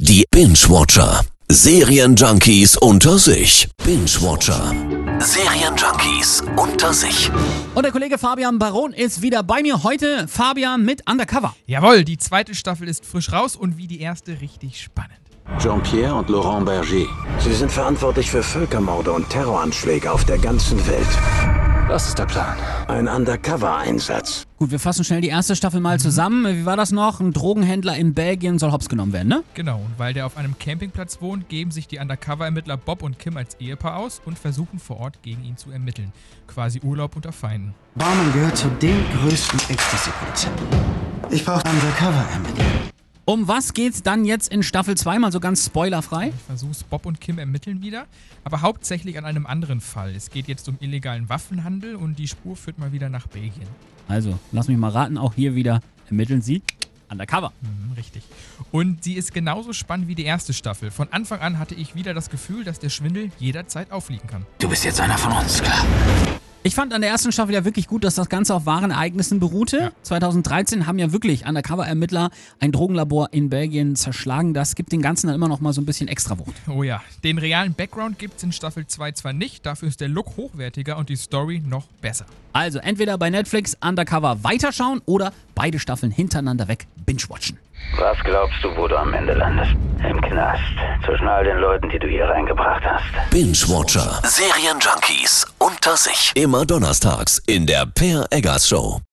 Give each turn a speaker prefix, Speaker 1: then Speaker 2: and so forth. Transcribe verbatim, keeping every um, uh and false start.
Speaker 1: Die Binge-Watcher. Serienjunkies unter sich. Binge-Watcher. Serienjunkies unter sich.
Speaker 2: Und der Kollege Fabian Baron ist wieder bei mir. Heute Fabian mit Undercover.
Speaker 3: Jawohl, die zweite Staffel ist frisch raus und wie die erste richtig spannend.
Speaker 4: Jean-Pierre und Laurent Berger. Sie sind verantwortlich für Völkermorde und Terroranschläge auf der ganzen Welt.
Speaker 5: Was ist der Plan?
Speaker 4: Ein Undercover-Einsatz.
Speaker 2: Gut, wir fassen schnell die erste Staffel mal zusammen. Wie war das noch? Ein Drogenhändler in Belgien soll hops genommen werden, ne?
Speaker 3: Genau, und weil der auf einem Campingplatz wohnt, geben sich die Undercover-Ermittler Bob und Kim als Ehepaar aus und versuchen vor Ort gegen ihn zu ermitteln. Quasi Urlaub unter Feinden.
Speaker 6: Baumann gehört zu den größten Ecstasy-Produzenten. Ich brauche Undercover-Ermittler.
Speaker 2: Um was geht's dann jetzt in Staffel zwei? Mal so ganz spoilerfrei.
Speaker 3: Ich versuch's, Bob und Kim ermitteln wieder, aber hauptsächlich an einem anderen Fall. Es geht jetzt um illegalen Waffenhandel und die Spur führt mal wieder nach Belgien.
Speaker 2: Also, lass mich mal raten, auch hier wieder ermitteln sie Undercover.
Speaker 3: Mhm, richtig. Und sie ist genauso spannend wie die erste Staffel. Von Anfang an hatte ich wieder das Gefühl, dass der Schwindel jederzeit auffliegen kann.
Speaker 6: Du bist jetzt einer von uns, klar.
Speaker 2: Ich fand an der ersten Staffel ja wirklich gut, dass das Ganze auf wahren Ereignissen beruhte.
Speaker 3: Ja.
Speaker 2: zweitausenddreizehn haben ja wirklich Undercover-Ermittler ein Drogenlabor in Belgien zerschlagen. Das gibt den Ganzen dann immer noch mal so ein bisschen Extrawucht.
Speaker 3: Oh ja, den realen Background gibt's in Staffel zwei zwar nicht, dafür ist der Look hochwertiger und die Story noch besser.
Speaker 2: Also entweder bei Netflix Undercover weiterschauen oder beide Staffeln hintereinander weg binge-watchen.
Speaker 7: Was glaubst du, wo du am Ende landest? Im Knast. Zwischen all den Leuten, die du hier reingebracht hast.
Speaker 1: Binge-Watcher. Serienjunkies unter sich. Immer donnerstags in der Per Eggers Show.